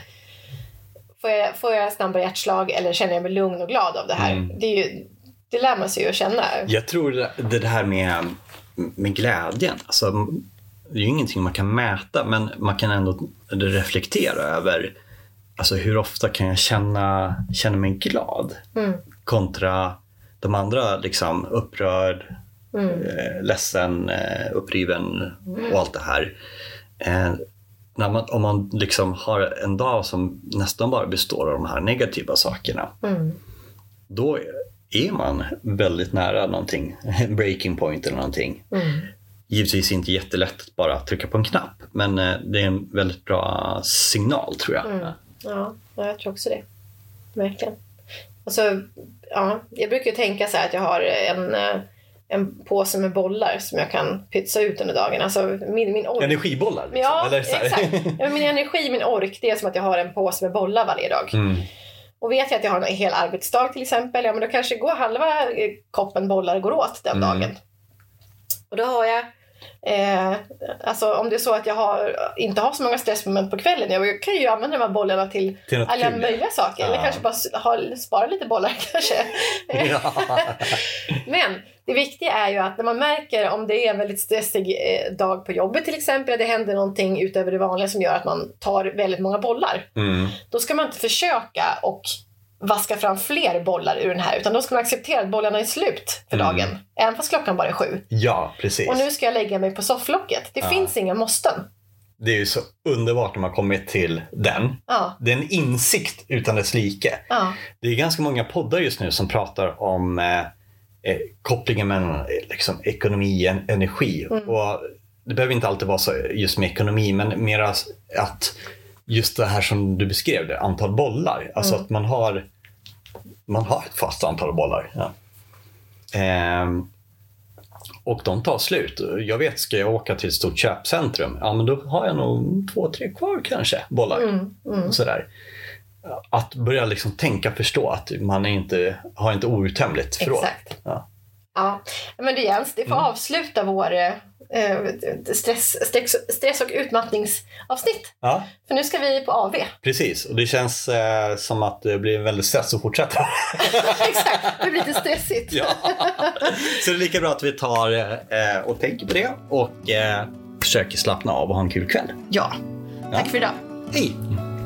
B: Får jag, får jag snabba hjärtslag eller känner jag mig lugn och glad av det här? Mm. Det, är ju, det lär man sig ju att känna.
A: Jag tror det, det här med, med glädjen, alltså, det är ju ingenting man kan mäta, men man kan ändå reflektera över, alltså hur ofta kan jag känna, känna mig glad mm. kontra de andra, liksom upprörd, mm. eh, ledsen, eh, uppriven mm. och allt det här. Eh, när man, om man liksom har en dag som nästan bara består av de här negativa sakerna, mm. då är man väldigt nära någonting, en breaking point eller någonting. Mm. Givetvis inte jättelätt att bara trycka på en knapp, men eh, det är en väldigt bra signal, tror jag.
B: Mm. Ja, jag tror också det. Verkligen. Alltså, ja, jag brukar ju tänka så här att jag har en, en påse med bollar som jag kan pytsa ut under dagen. Alltså min, min ork.
A: Energibollar? Liksom.
B: Ja,
A: eller så här.
B: Exakt. Min energi, min ork, det är som att jag har en påse med bollar varje dag. Mm. Och vet jag att jag har en hel arbetsdag till exempel, ja men då kanske går halva koppen bollar går åt den mm. dagen. Och då har jag Eh, alltså om det är så att jag har, inte har så många stressmoment på kvällen, jag kan ju använda de här bollarna till, till alla kul. möjliga saker. Ja. Eller kanske bara ha, spara lite bollar kanske. Ja. Men det viktiga är ju att när man märker om det är en väldigt stressig eh, dag på jobbet till exempel, det händer någonting utöver det vanliga som gör att man tar väldigt många bollar, mm. då ska man inte försöka och vaska fram fler bollar ur den här, utan då ska man acceptera att bollarna är slut för dagen, mm. även fast klockan bara är sju.
A: Ja, precis.
B: Och nu ska jag lägga mig på sofflocket. Det ja. finns inga måsten.
A: Det är ju så underbart när man kommer till den. Ja. Det är en insikt utan dess like. Ja. Det är ganska många poddar just nu som pratar om eh, eh, kopplingen mellan liksom, ekonomi och energi. Mm. Och det behöver inte alltid vara så just med ekonomi, men mer att just det här som du beskrev, det, antal bollar. Alltså mm. att man har man har ett fast antal bollar. Ja. Ehm, och de tar slut. Jag vet, ska jag åka till ett stort köpcentrum, ja men då har jag nog två, tre kvar kanske, bollar. Mm. Mm. Och sådär. Att börja liksom tänka, förstå att man är inte, har inte outtömligt förråd.
B: Exakt. Ja. Ja, men det Jens, det får mm. avsluta vår eh, stress, stress, stress- och utmattningsavsnitt. Ja. För nu ska vi på A V.
A: Precis, och det känns eh, som att det blir en väldigt stress att fortsätta.
B: Exakt, det blir lite stressigt.
A: Ja. Så det är lika bra att vi tar eh, och tänker på det och eh, försöker slappna av och ha en kul kväll.
B: Ja, tack ja. för idag.
A: Hej!